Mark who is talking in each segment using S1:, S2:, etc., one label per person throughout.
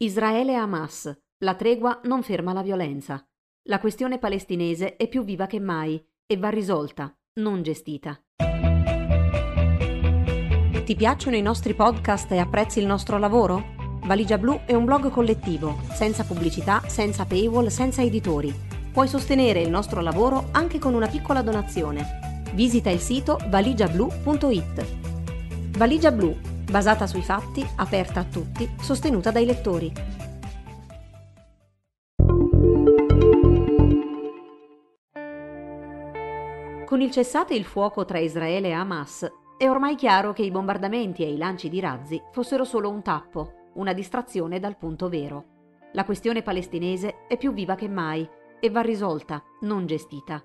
S1: Israele e Hamas. La tregua non ferma la violenza. La questione palestinese è più viva che mai e va risolta, non gestita. Ti piacciono i nostri podcast e apprezzi il nostro lavoro? Valigia Blu è un blog collettivo, senza pubblicità, senza paywall, senza editori. Puoi sostenere il nostro lavoro anche con una piccola donazione. Visita il sito valigiablu.it. Valigia Blu, basata sui fatti, aperta a tutti, sostenuta dai lettori. Con il cessate il fuoco tra Israele e Hamas, è ormai chiaro che i bombardamenti e i lanci di razzi fossero solo un tappo, una distrazione dal punto vero. La questione palestinese è più viva che mai e va risolta, non gestita.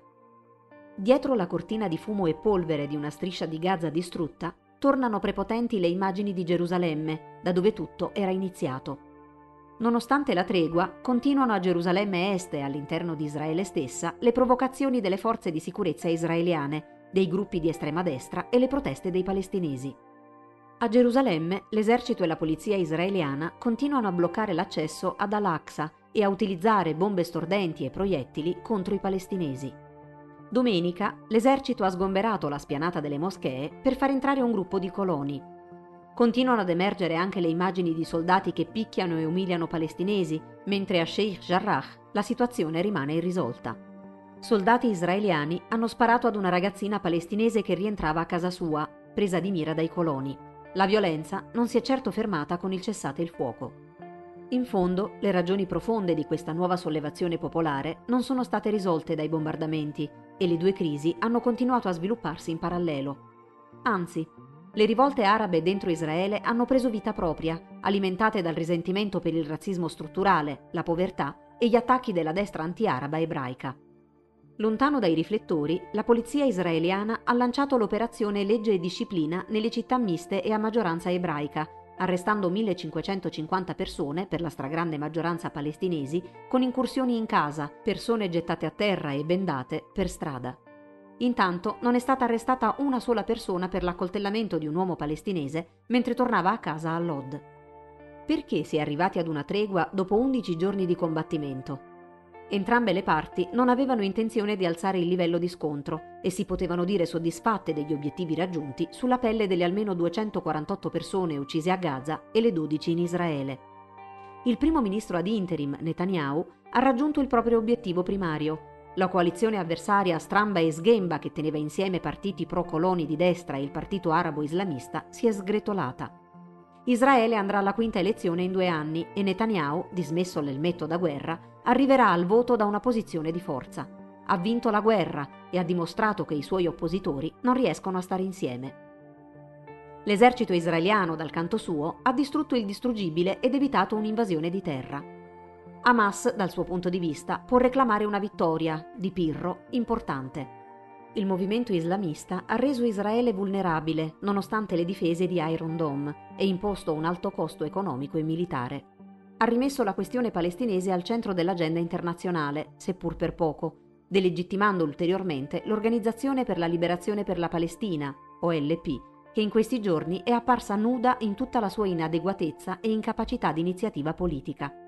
S1: Dietro la cortina di fumo e polvere di una striscia di Gaza distrutta, tornano prepotenti le immagini di Gerusalemme, da dove tutto era iniziato. Nonostante la tregua, continuano a Gerusalemme Est e all'interno di Israele stessa le provocazioni delle forze di sicurezza israeliane, dei gruppi di estrema destra e le proteste dei palestinesi. A Gerusalemme l'esercito e la polizia israeliana continuano a bloccare l'accesso ad Al-Aqsa e a utilizzare bombe stordenti e proiettili contro i palestinesi. Domenica l'esercito ha sgomberato la spianata delle moschee per far entrare un gruppo di coloni. Continuano ad emergere anche le immagini di soldati che picchiano e umiliano palestinesi, mentre a Sheikh Jarrah la situazione rimane irrisolta. Soldati israeliani hanno sparato ad una ragazzina palestinese che rientrava a casa sua, presa di mira dai coloni. La violenza non si è certo fermata con il cessate il fuoco. In fondo, le ragioni profonde di questa nuova sollevazione popolare non sono state risolte dai bombardamenti e le due crisi hanno continuato a svilupparsi in parallelo. Anzi, le rivolte arabe dentro Israele hanno preso vita propria, alimentate dal risentimento per il razzismo strutturale, la povertà e gli attacchi della destra anti-araba ebraica. Lontano dai riflettori, la polizia israeliana ha lanciato l'operazione Legge e Disciplina nelle città miste e a maggioranza ebraica, arrestando 1550 persone, per la stragrande maggioranza palestinesi, con incursioni in casa, persone gettate a terra e bendate per strada. Intanto non è stata arrestata una sola persona per l'accoltellamento di un uomo palestinese mentre tornava a casa a Lod. Perché si è arrivati ad una tregua dopo 11 giorni di combattimento? Entrambe le parti non avevano intenzione di alzare il livello di scontro e si potevano dire soddisfatte degli obiettivi raggiunti sulla pelle delle almeno 248 persone uccise a Gaza e le 12 in Israele. Il primo ministro ad interim, Netanyahu, ha raggiunto il proprio obiettivo primario. La coalizione avversaria stramba e sghemba che teneva insieme partiti pro-coloni di destra e il partito arabo islamista si è sgretolata. Israele andrà alla quinta elezione in 2 anni e Netanyahu, dismesso l'elmetto da guerra, arriverà al voto da una posizione di forza. Ha vinto la guerra e ha dimostrato che i suoi oppositori non riescono a stare insieme. L'esercito israeliano, dal canto suo, ha distrutto il distruggibile ed evitato un'invasione di terra. Hamas, dal suo punto di vista, può reclamare una vittoria, di Pirro, importante. Il movimento islamista ha reso Israele vulnerabile, nonostante le difese di Iron Dome, e imposto un alto costo economico e militare. Ha rimesso la questione palestinese al centro dell'agenda internazionale, seppur per poco, delegittimando ulteriormente l'Organizzazione per la Liberazione per la Palestina, OLP, che in questi giorni è apparsa nuda in tutta la sua inadeguatezza e incapacità di iniziativa politica.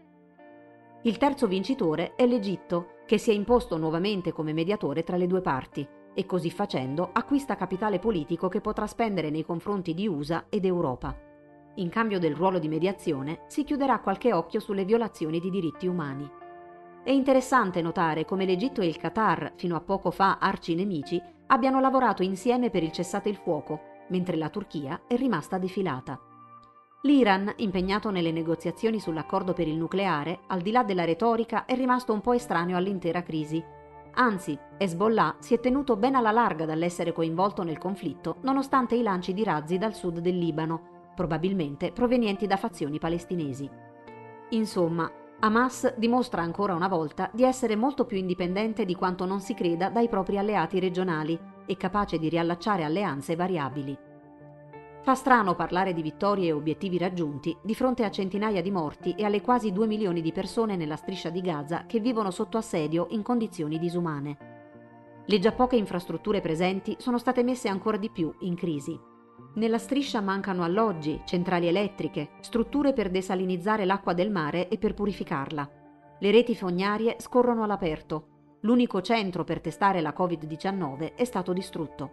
S1: Il terzo vincitore è l'Egitto, che si è imposto nuovamente come mediatore tra le due parti e così facendo acquista capitale politico che potrà spendere nei confronti di USA ed Europa. In cambio del ruolo di mediazione si chiuderà qualche occhio sulle violazioni di diritti umani. È interessante notare come l'Egitto e il Qatar, fino a poco fa arcinemici, abbiano lavorato insieme per il cessate il fuoco, mentre la Turchia è rimasta defilata. L'Iran, impegnato nelle negoziazioni sull'accordo per il nucleare, al di là della retorica, è rimasto un po' estraneo all'intera crisi. Anzi, Hezbollah si è tenuto ben alla larga dall'essere coinvolto nel conflitto, nonostante i lanci di razzi dal sud del Libano, probabilmente provenienti da fazioni palestinesi. Insomma, Hamas dimostra ancora una volta di essere molto più indipendente di quanto non si creda dai propri alleati regionali e capace di riallacciare alleanze variabili. Fa strano parlare di vittorie e obiettivi raggiunti di fronte a centinaia di morti e alle quasi 2 milioni di persone nella striscia di Gaza che vivono sotto assedio in condizioni disumane. Le già poche infrastrutture presenti sono state messe ancora di più in crisi. Nella striscia mancano alloggi, centrali elettriche, strutture per desalinizzare l'acqua del mare e per purificarla. Le reti fognarie scorrono all'aperto. L'unico centro per testare la Covid-19 è stato distrutto.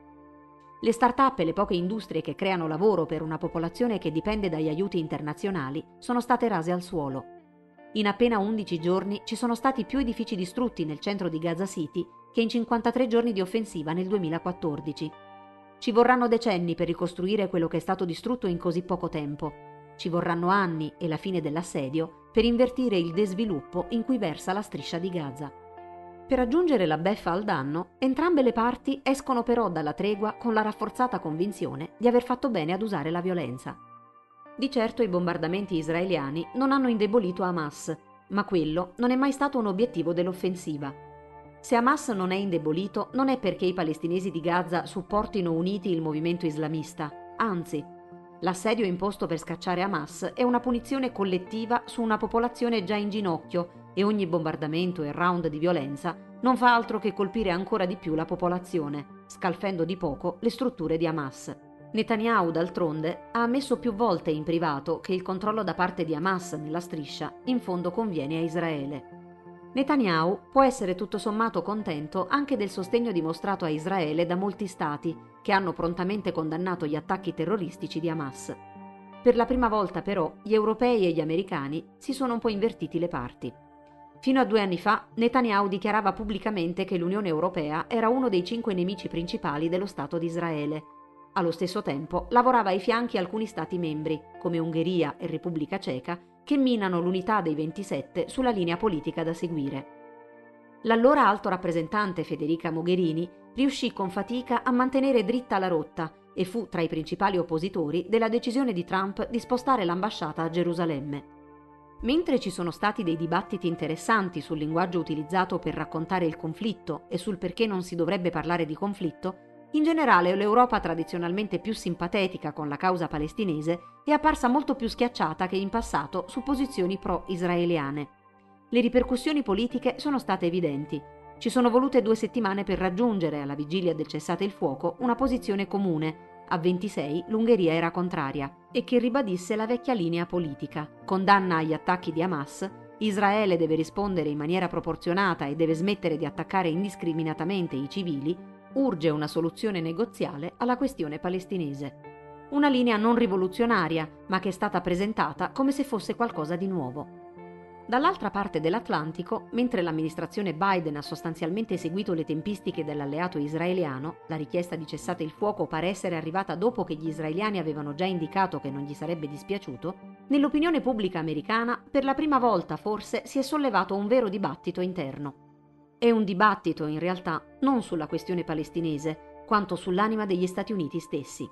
S1: Le start-up e le poche industrie che creano lavoro per una popolazione che dipende dagli aiuti internazionali sono state rase al suolo. In appena 11 giorni ci sono stati più edifici distrutti nel centro di Gaza City che in 53 giorni di offensiva nel 2014. Ci vorranno decenni per ricostruire quello che è stato distrutto in così poco tempo. Ci vorranno anni e la fine dell'assedio per invertire il desviluppo in cui versa la striscia di Gaza. Per aggiungere la beffa al danno, entrambe le parti escono però dalla tregua con la rafforzata convinzione di aver fatto bene ad usare la violenza. Di certo i bombardamenti israeliani non hanno indebolito Hamas, ma quello non è mai stato un obiettivo dell'offensiva. Se Hamas non è indebolito, non è perché i palestinesi di Gaza supportino uniti il movimento islamista, anzi, l'assedio imposto per scacciare Hamas è una punizione collettiva su una popolazione già in ginocchio e ogni bombardamento e round di violenza non fa altro che colpire ancora di più la popolazione, scalfendo di poco le strutture di Hamas. Netanyahu, d'altronde, ha ammesso più volte in privato che il controllo da parte di Hamas nella striscia in fondo conviene a Israele. Netanyahu può essere tutto sommato contento anche del sostegno dimostrato a Israele da molti stati che hanno prontamente condannato gli attacchi terroristici di Hamas. Per la prima volta però gli europei e gli americani si sono un po' invertiti le parti. Fino a 2 anni fa Netanyahu dichiarava pubblicamente che l'Unione Europea era uno dei 5 nemici principali dello Stato di Israele. Allo stesso tempo lavorava ai fianchi alcuni Stati membri, come Ungheria e Repubblica Ceca, che minano l'unità dei 27 sulla linea politica da seguire. L'allora alto rappresentante Federica Mogherini riuscì con fatica a mantenere dritta la rotta e fu tra i principali oppositori della decisione di Trump di spostare l'ambasciata a Gerusalemme. Mentre ci sono stati dei dibattiti interessanti sul linguaggio utilizzato per raccontare il conflitto e sul perché non si dovrebbe parlare di conflitto, in generale l'Europa tradizionalmente più simpatetica con la causa palestinese è apparsa molto più schiacciata che in passato su posizioni pro-israeliane. Le ripercussioni politiche sono state evidenti. Ci sono volute 2 settimane per raggiungere, alla vigilia del cessate il fuoco, una posizione comune. A 26 l'Ungheria era contraria e che ribadisse la vecchia linea politica. Condanna agli attacchi di Hamas, Israele deve rispondere in maniera proporzionata e deve smettere di attaccare indiscriminatamente i civili, urge una soluzione negoziale alla questione palestinese. Una linea non rivoluzionaria, ma che è stata presentata come se fosse qualcosa di nuovo. Dall'altra parte dell'Atlantico, mentre l'amministrazione Biden ha sostanzialmente seguito le tempistiche dell'alleato israeliano, la richiesta di cessate il fuoco pare essere arrivata dopo che gli israeliani avevano già indicato che non gli sarebbe dispiaciuto, nell'opinione pubblica americana per la prima volta forse si è sollevato un vero dibattito interno. È un dibattito in realtà non sulla questione palestinese, quanto sull'anima degli Stati Uniti stessi.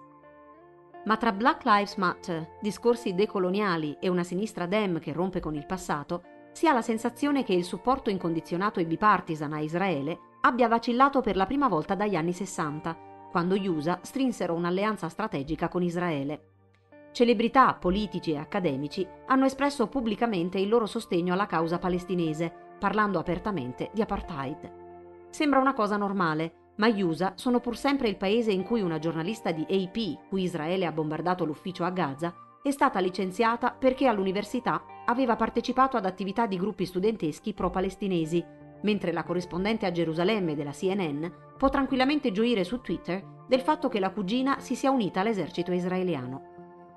S1: Ma tra Black Lives Matter, discorsi decoloniali e una sinistra dem che rompe con il passato, si ha la sensazione che il supporto incondizionato e bipartisan a Israele abbia vacillato per la prima volta dagli anni 60, quando gli USA strinsero un'alleanza strategica con Israele. Celebrità, politici e accademici hanno espresso pubblicamente il loro sostegno alla causa palestinese, parlando apertamente di apartheid. Sembra una cosa normale, ma gli USA sono pur sempre il paese in cui una giornalista di AP, cui Israele ha bombardato l'ufficio a Gaza, è stata licenziata perché all'università aveva partecipato ad attività di gruppi studenteschi pro-palestinesi, mentre la corrispondente a Gerusalemme della CNN può tranquillamente gioire su Twitter del fatto che la cugina si sia unita all'esercito israeliano.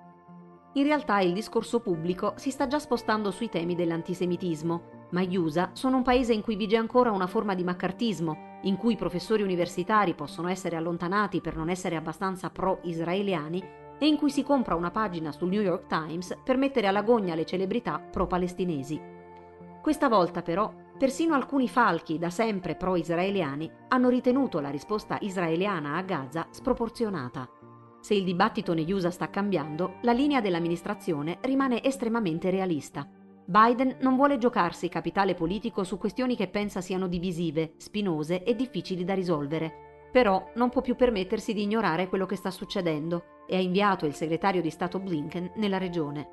S1: In realtà il discorso pubblico si sta già spostando sui temi dell'antisemitismo, ma gli USA sono un paese in cui vige ancora una forma di maccartismo, in cui professori universitari possono essere allontanati per non essere abbastanza pro-israeliani e in cui si compra una pagina sul New York Times per mettere alla gogna le celebrità pro-palestinesi. Questa volta però, persino alcuni falchi da sempre pro-israeliani hanno ritenuto la risposta israeliana a Gaza sproporzionata. Se il dibattito negli USA sta cambiando, la linea dell'amministrazione rimane estremamente realista. Biden non vuole giocarsi capitale politico su questioni che pensa siano divisive, spinose e difficili da risolvere. Però non può più permettersi di ignorare quello che sta succedendo e ha inviato il segretario di Stato Blinken nella regione.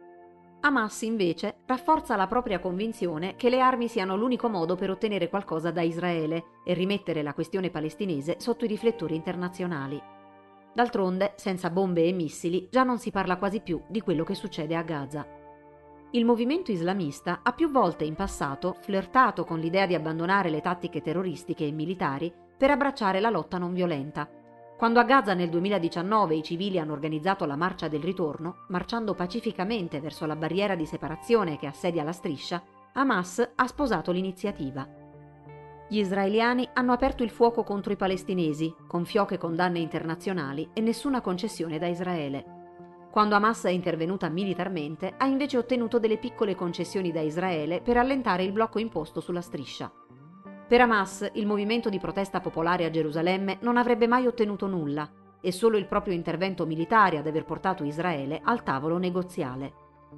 S1: Hamas invece rafforza la propria convinzione che le armi siano l'unico modo per ottenere qualcosa da Israele e rimettere la questione palestinese sotto i riflettori internazionali. D'altronde, senza bombe e missili, già non si parla quasi più di quello che succede a Gaza. Il movimento islamista ha più volte in passato flirtato con l'idea di abbandonare le tattiche terroristiche e militari per abbracciare la lotta non violenta. Quando a Gaza nel 2019 i civili hanno organizzato la marcia del ritorno, marciando pacificamente verso la barriera di separazione che assedia la striscia, Hamas ha sposato l'iniziativa. Gli israeliani hanno aperto il fuoco contro i palestinesi, con fioche condanne internazionali e nessuna concessione da Israele. Quando Hamas è intervenuta militarmente, ha invece ottenuto delle piccole concessioni da Israele per allentare il blocco imposto sulla striscia. Per Hamas, il movimento di protesta popolare a Gerusalemme non avrebbe mai ottenuto nulla, e solo il proprio intervento militare ad aver portato Israele al tavolo negoziale.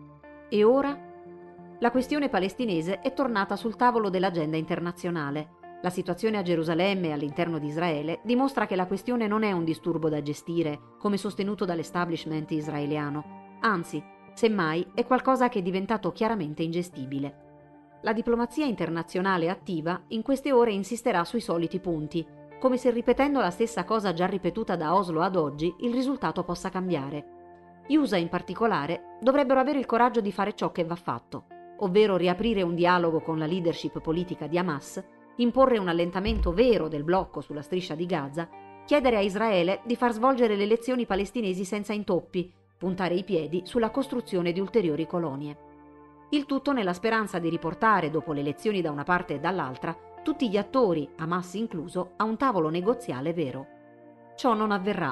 S1: E ora? La questione palestinese è tornata sul tavolo dell'agenda internazionale. La situazione a Gerusalemme e all'interno di Israele dimostra che la questione non è un disturbo da gestire, come sostenuto dall'establishment israeliano. Anzi, semmai, è qualcosa che è diventato chiaramente ingestibile. La diplomazia internazionale attiva in queste ore insisterà sui soliti punti, come se ripetendo la stessa cosa già ripetuta da Oslo ad oggi il risultato possa cambiare. Gli USA in particolare dovrebbero avere il coraggio di fare ciò che va fatto, ovvero riaprire un dialogo con la leadership politica di Hamas, imporre un allentamento vero del blocco sulla striscia di Gaza, chiedere a Israele di far svolgere le elezioni palestinesi senza intoppi, puntare i piedi sulla costruzione di ulteriori colonie. Il tutto nella speranza di riportare, dopo le elezioni da una parte e dall'altra, tutti gli attori, Hamas incluso, a un tavolo negoziale vero. Ciò non avverrà.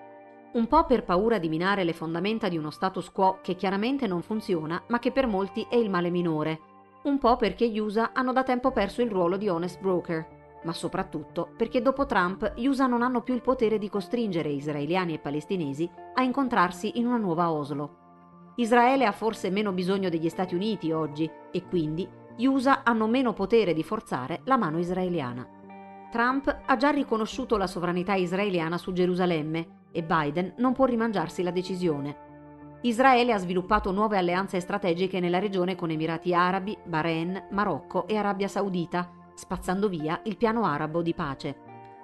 S1: Un po' per paura di minare le fondamenta di uno status quo che chiaramente non funziona, ma che per molti è il male minore. Un po' perché gli USA hanno da tempo perso il ruolo di honest broker, ma soprattutto perché dopo Trump gli USA non hanno più il potere di costringere israeliani e palestinesi a incontrarsi in una nuova Oslo. Israele ha forse meno bisogno degli Stati Uniti oggi e quindi gli USA hanno meno potere di forzare la mano israeliana. Trump ha già riconosciuto la sovranità israeliana su Gerusalemme e Biden non può rimangiarsi la decisione. Israele ha sviluppato nuove alleanze strategiche nella regione con Emirati Arabi, Bahrain, Marocco e Arabia Saudita, spazzando via il piano arabo di pace.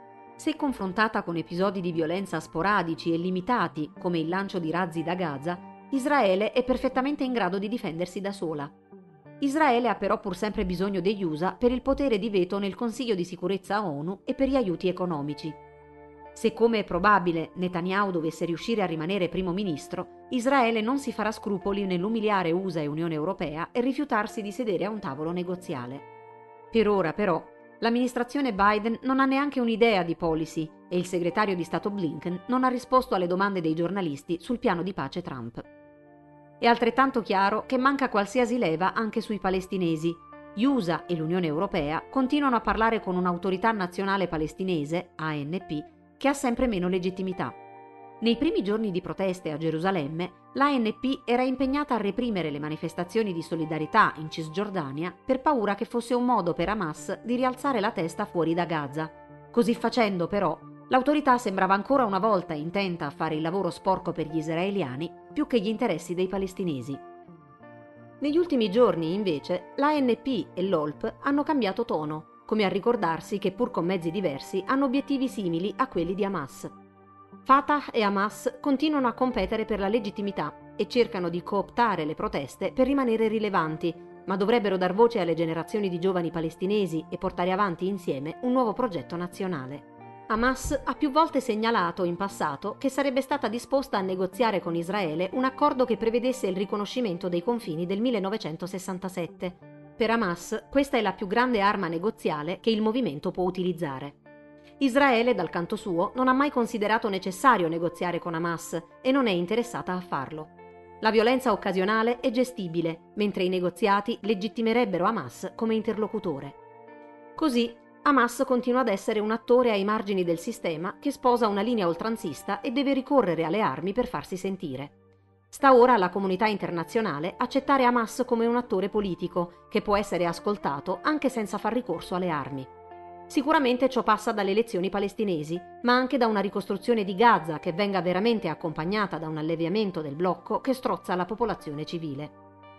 S1: Se confrontata con episodi di violenza sporadici e limitati, come il lancio di razzi da Gaza, Israele è perfettamente in grado di difendersi da sola. Israele ha però pur sempre bisogno degli USA per il potere di veto nel Consiglio di sicurezza ONU e per gli aiuti economici. Se, come è probabile, Netanyahu dovesse riuscire a rimanere primo ministro, Israele non si farà scrupoli nell'umiliare USA e Unione Europea e rifiutarsi di sedere a un tavolo negoziale. Per ora, però, l'amministrazione Biden non ha neanche un'idea di policy e il segretario di Stato Blinken non ha risposto alle domande dei giornalisti sul piano di pace Trump. È altrettanto chiaro che manca qualsiasi leva anche sui palestinesi. Gli USA e l'Unione Europea continuano a parlare con un'autorità nazionale palestinese, ANP, che ha sempre meno legittimità. Nei primi giorni di proteste a Gerusalemme, l'ANP era impegnata a reprimere le manifestazioni di solidarietà in Cisgiordania per paura che fosse un modo per Hamas di rialzare la testa fuori da Gaza. Così facendo, però, l'autorità sembrava ancora una volta intenta a fare il lavoro sporco per gli israeliani più che gli interessi dei palestinesi. Negli ultimi giorni, invece, l'ANP e l'OLP hanno cambiato tono, come a ricordarsi che pur con mezzi diversi hanno obiettivi simili a quelli di Hamas. Fatah e Hamas continuano a competere per la legittimità e cercano di cooptare le proteste per rimanere rilevanti, ma dovrebbero dar voce alle generazioni di giovani palestinesi e portare avanti insieme un nuovo progetto nazionale. Hamas ha più volte segnalato in passato che sarebbe stata disposta a negoziare con Israele un accordo che prevedesse il riconoscimento dei confini del 1967. Per Hamas questa è la più grande arma negoziale che il movimento può utilizzare. Israele, dal canto suo, non ha mai considerato necessario negoziare con Hamas e non è interessata a farlo. La violenza occasionale è gestibile, mentre i negoziati legittimerebbero Hamas come interlocutore. Così, Hamas continua ad essere un attore ai margini del sistema che sposa una linea oltranzista e deve ricorrere alle armi per farsi sentire. Sta ora alla comunità internazionale accettare Hamas come un attore politico che può essere ascoltato anche senza far ricorso alle armi. Sicuramente ciò passa dalle elezioni palestinesi, ma anche da una ricostruzione di Gaza che venga veramente accompagnata da un alleviamento del blocco che strozza la popolazione civile.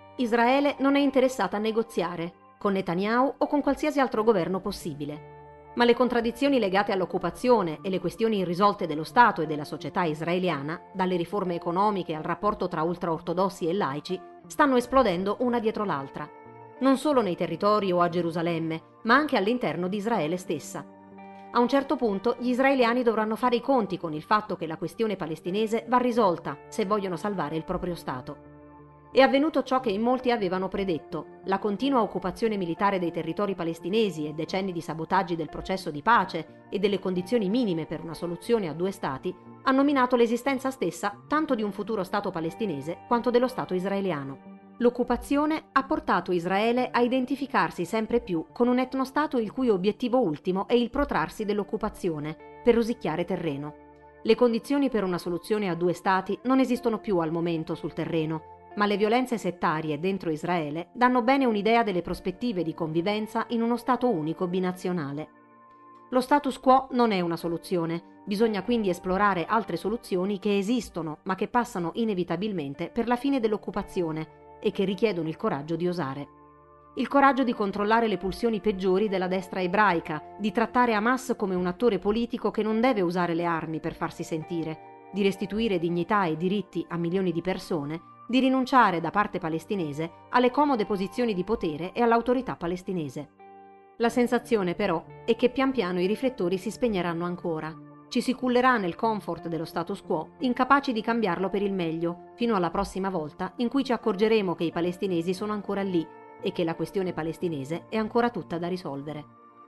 S1: Israele non è interessata a negoziare, con Netanyahu o con qualsiasi altro governo possibile. Ma le contraddizioni legate all'occupazione e le questioni irrisolte dello Stato e della società israeliana, dalle riforme economiche al rapporto tra ultraortodossi e laici, stanno esplodendo una dietro l'altra. Non solo nei territori o a Gerusalemme, ma anche all'interno di Israele stessa. A un certo punto gli israeliani dovranno fare i conti con il fatto che la questione palestinese va risolta se vogliono salvare il proprio Stato. È avvenuto ciò che in molti avevano predetto: la continua occupazione militare dei territori palestinesi e decenni di sabotaggi del processo di pace e delle condizioni minime per una soluzione a due stati hanno minato l'esistenza stessa tanto di un futuro Stato palestinese quanto dello Stato israeliano. L'occupazione ha portato Israele a identificarsi sempre più con un etnostato il cui obiettivo ultimo è il protrarsi dell'occupazione, per rosicchiare terreno. Le condizioni per una soluzione a due stati non esistono più al momento sul terreno, ma le violenze settarie dentro Israele danno bene un'idea delle prospettive di convivenza in uno Stato unico binazionale. Lo status quo non è una soluzione, bisogna quindi esplorare altre soluzioni che esistono, ma che passano inevitabilmente per la fine dell'occupazione e che richiedono il coraggio di osare. Il coraggio di controllare le pulsioni peggiori della destra ebraica, di trattare Hamas come un attore politico che non deve usare le armi per farsi sentire, di restituire dignità e diritti a milioni di persone, di rinunciare da parte palestinese alle comode posizioni di potere e all'autorità palestinese. La sensazione però è che pian piano i riflettori si spegneranno ancora. Ci si cullerà nel comfort dello status quo, incapaci di cambiarlo per il meglio, fino alla prossima volta in cui ci accorgeremo che i palestinesi sono ancora lì e che la questione palestinese è ancora tutta da risolvere.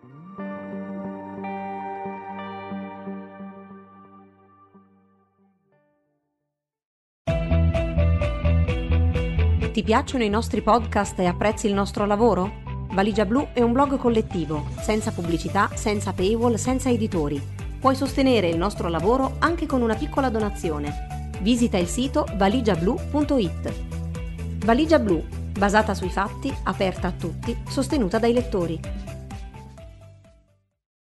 S1: Ti piacciono i nostri podcast e apprezzi il nostro lavoro? Valigia Blu è un blog collettivo, senza pubblicità, senza paywall, senza editori. Puoi sostenere il nostro lavoro anche con una piccola donazione. Visita il sito valigiablu.it. Valigia Blu, basata sui fatti, aperta a tutti, sostenuta dai lettori.